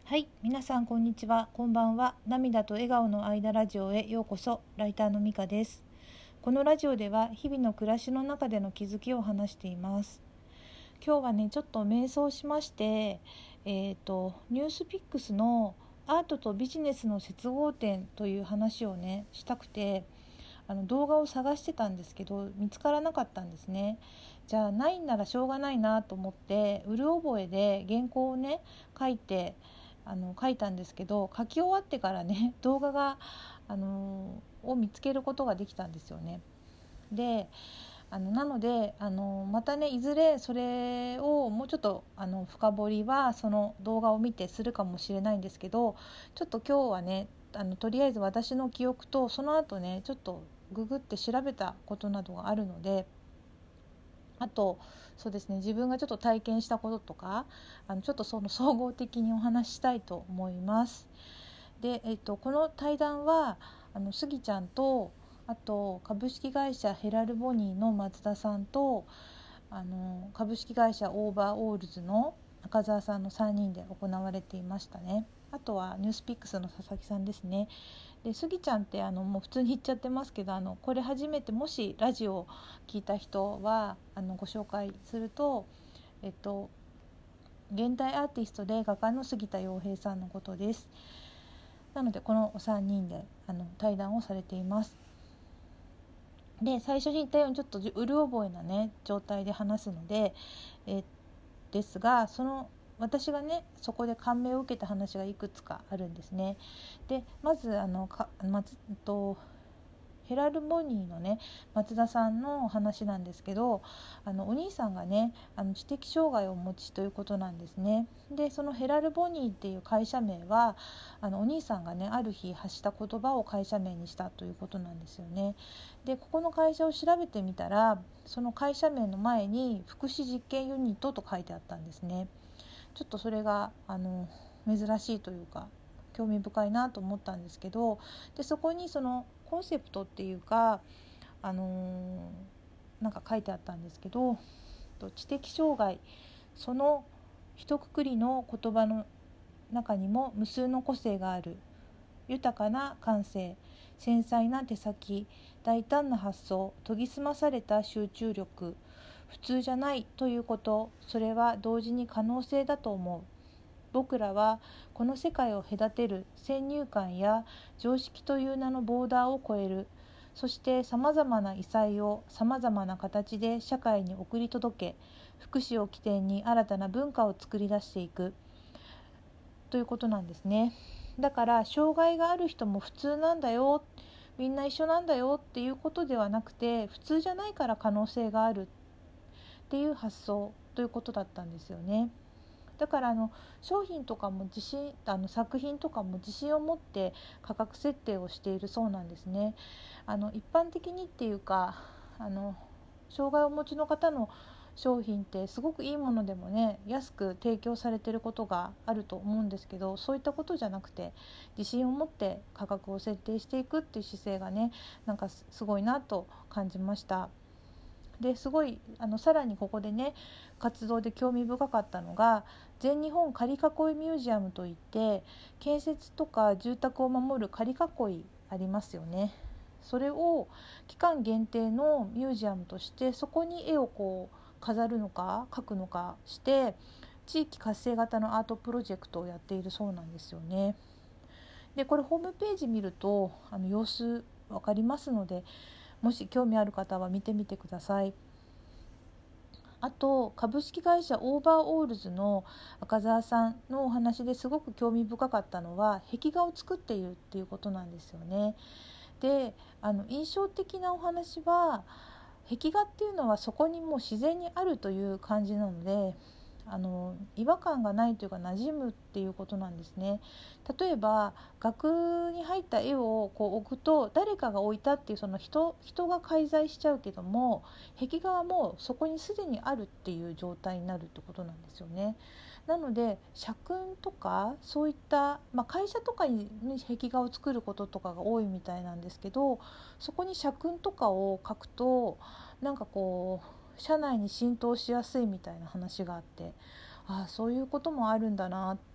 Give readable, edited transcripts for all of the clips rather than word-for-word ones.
はい、皆さんこんにちは、こんばんは。涙と笑顔の間ラジオへようこそ。ライターのみかです。このラジオでは日々の暮らしの中での気づきを話しています。今日はね、ちょっと瞑想しまして、ニュースピックスのアートとビジネスの接合点という話をねしたくて、動画を探してたんですけど見つからなかったんですね。じゃあないんならしょうがないなと思って、うる覚えで原稿をね書いたんですけど、書き終わってからね動画が、を見つけることができたんですよね。でなのでまたねいずれそれをもうちょっと深掘りはその動画を見てするかもしれないんですけど、ちょっと今日はねとりあえず私の記憶とその後ねちょっとググって調べたことなどがあるので、あとそうですね、自分がちょっと体験したこととかちょっとその総合的にお話ししたいと思います。で、この対談はスギちゃんと、あと株式会社ヘラルボニーの松田さんと株式会社オーバーオールズの中澤さんの3人で行われていましたね。あとはニュースピックスの佐々木さんですね。でスギちゃんってもう普通に言っちゃってますけど、これ初めてもしラジオを聞いた人はご紹介すると、現代アーティストで画家の杉田洋平さんのことです。なのでこの3人で対談をされています。で最初に言ったようにちょっとうる覚えなね状態で話すので、ですが私がねそこで感銘を受けた話がいくつかあるんですね。でまずヘラルボニーのね松田さんのお話なんですけど、お兄さんがね知的障害をお持ちということなんですね。でそのヘラルボニーっていう会社名はお兄さんがねある日発した言葉を会社名にしたということなんですよね。でここの会社を調べてみたら、その会社名の前に福祉実験ユニットと書いてあったんですね。ちょっとそれが珍しいというか興味深いなと思ったんですけど、でそこにそのコンセプトっていうか、なんか書いてあったんですけど、知的障害その一括りの言葉の中にも無数の個性がある。豊かな感性、繊細な手先、大胆な発想、研ぎ澄まされた集中力、普通じゃないということ、それは同時に可能性だと思う。僕らはこの世界を隔てる先入観や常識という名のボーダーを超える。そしてさまざまな異彩をさまざまな形で社会に送り届け、福祉を起点に新たな文化を作り出していくということなんですね。だから障害がある人も普通なんだよ、みんな一緒なんだよっていうことではなくて、普通じゃないから可能性があるっていう発想ということだったんですよね。だから商品とかも作品とかも自信を持って価格設定をしているそうなんですね。一般的にっていうか障害をお持ちの方の商品ってすごくいいものでもね安く提供されていることがあると思うんですけど、そういったことじゃなくて自信を持って価格を設定していくっていう姿勢がねなんかすごいなと感じました。ですごいさらにここでね活動で興味深かったのが、全日本仮囲いミュージアムといって、建設とか住宅を守る仮囲いありますよね。それを期間限定のミュージアムとして、そこに絵をこう飾るのか描くのかして地域活性型のアートプロジェクトをやっているそうなんですよね。でこれホームページ見ると様子わかりますので、もし興味ある方は見てみてください。あと株式会社オーバーオールズの赤澤さんのお話ですごく興味深かったのは、壁画を作っているっていうことなんですよね。で印象的なお話は、壁画っていうのはそこにもう自然にあるという感じなので、違和感がないというか馴染むっていうことなんですね。例えば額に入った絵をこう置くと誰かが置いたっていうその人が介在しちゃうけども、壁画はもうそこにすでにあるっていう状態になるってことなんですよね。なので社訓とかそういった、会社とかに壁画を作ることとかが多いみたいなんですけど、そこに社訓とかを書くとなんかこう社内に浸透しやすいみたいな話があって、そういうこともあるんだなって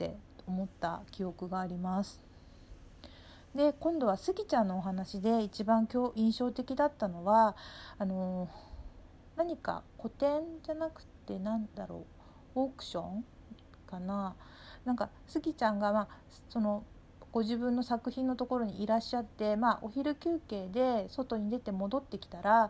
思った記憶があります。で今度はスギちゃんのお話で一番印象的だったのは何か個展じゃなくてオークションかな、なんかスギちゃんが、そのご自分の作品のところにいらっしゃって、お昼休憩で外に出て戻ってきたら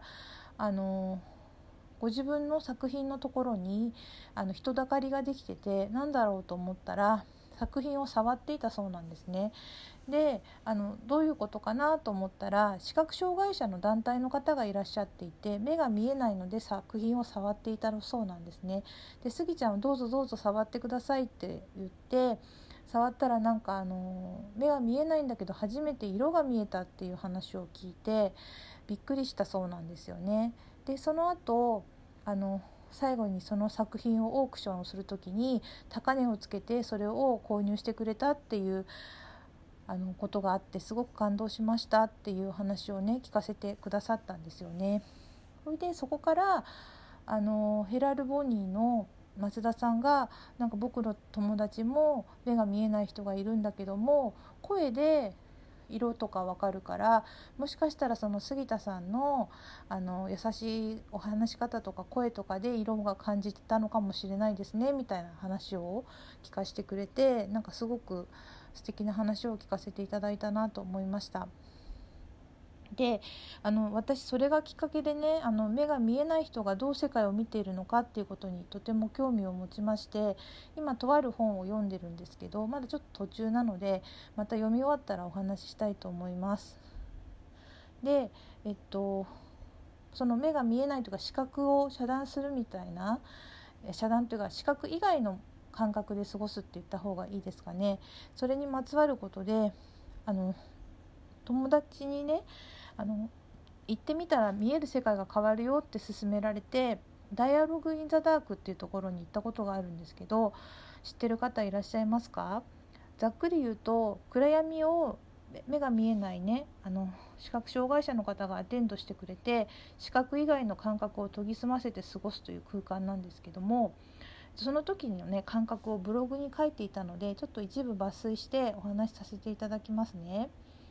ご自分の作品のところに人だかりができてて、なんだろうと思ったら作品を触っていたそうなんですね。でどういうことかなと思ったら、視覚障害者の団体の方がいらっしゃっていて、目が見えないので作品を触っていたそうなんですね。でスギちゃんはどうぞどうぞ触ってくださいって言って触ったら、目が見えないんだけど初めて色が見えたっていう話を聞いてびっくりしたそうなんですよね。でその後最後にその作品をオークションをするときに高値をつけてそれを購入してくれたっていうことがあって、すごく感動しましたっていう話をね聞かせてくださったんですよね。それでそこからヘラルボニーの松田さんが、僕の友達も目が見えない人がいるんだけども声で色とかわかるから、もしかしたらその杉田さんの優しいお話し方とか声とかで色が感じてたのかもしれないですねみたいな話を聞かせてくれて、すごく素敵な話を聞かせていただいたなと思いました。で私それがきっかけでね、目が見えない人がどう世界を見ているのかっていうことにとても興味を持ちまして、今とある本を読んでるんですけど、まだちょっと途中なのでまた読み終わったらお話ししたいと思います。でその目が見えないとか視覚を遮断するみたいな、遮断というか視覚以外の感覚で過ごすって言った方がいいですかね。それにまつわることで友達にね行ってみたら見える世界が変わるよって勧められて、ダイアログ・イン・ザ・ダークっていうところに行ったことがあるんですけど、知ってる方いらっしゃいますか？ざっくり言うと暗闇を目が見えないね視覚障害者の方がアテンドしてくれて、視覚以外の感覚を研ぎ澄ませて過ごすという空間なんですけども、その時のね感覚をブログに書いていたので、ちょっと一部抜粋してお話しさせていただきますね。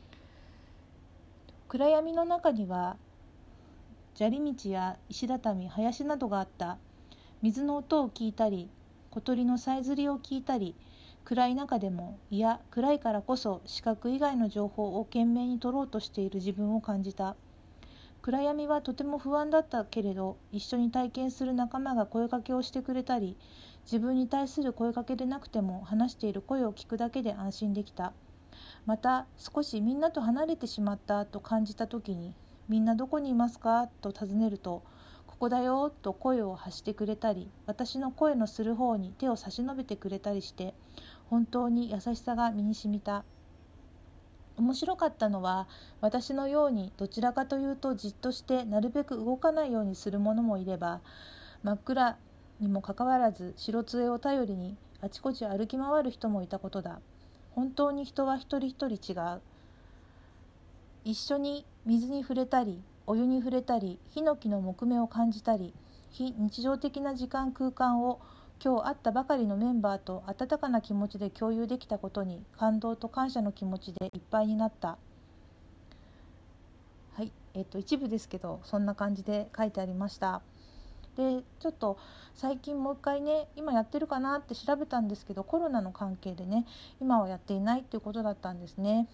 暗闇の中には砂利道や石畳、林などがあった。水の音を聞いたり、小鳥のさえずりを聞いたり、暗い中でも、いや暗いからこそ視覚以外の情報を懸命に取ろうとしている自分を感じた。暗闇はとても不安だったけれど、一緒に体験する仲間が声かけをしてくれたり、自分に対する声かけでなくても話している声を聞くだけで安心できた。また少しみんなと離れてしまったと感じた時に、みんなどこにいますかと尋ねると、ここだよと声を発してくれたり、私の声のする方に手を差し伸べてくれたりして、本当に優しさが身に染みた。面白かったのは、私のようにどちらかというとじっとしてなるべく動かないようにする者もいれば、真っ暗にもかかわらず白杖を頼りにあちこち歩き回る人もいたことだ。本当に人は一人一人違う。一緒に水に触れたり、お湯に触れたり、ヒノキの木目を感じたり、非日常的な時間空間を今日会ったばかりのメンバーと温かな気持ちで共有できたことに、感動と感謝の気持ちでいっぱいになった。はい、一部ですけどそんな感じで書いてありました。でちょっと最近もう一回ね、今やってるかなって調べたんですけど、コロナの関係でね今はやっていないっていうことだったんですね。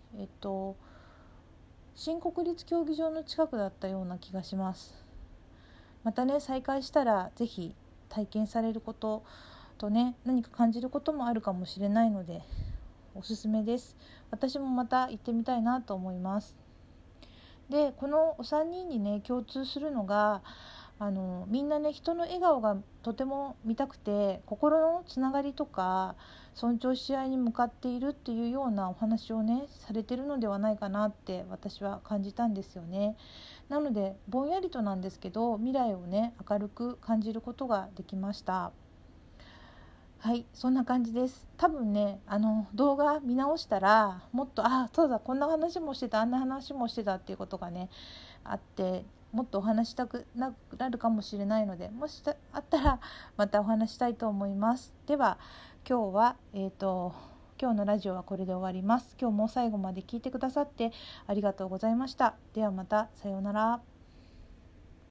新国立競技場の近くだったような気がします。またね再開したらぜひ体験されることとね、何か感じることもあるかもしれないのでおすすめです。私もまた行ってみたいなと思います。でこのお三人にね共通するのが、みんなね人の笑顔がとても見たくて、心のつながりとか尊重し合いに向かっているっていうようなお話をねされてるのではないかなって私は感じたんですよね。なのでぼんやりとなんですけど未来をね明るく感じることができました。はい、そんな感じです。多分ね動画見直したらもっとそうだこんな話もしてたあんな話もしてたっていうことがねあって、もっとお話したくなるかもしれないので、もしあったらまたお話したいと思います。では今日は今日のラジオはこれで終わります。今日も最後まで聞いてくださってありがとうございました。ではまた、さようなら。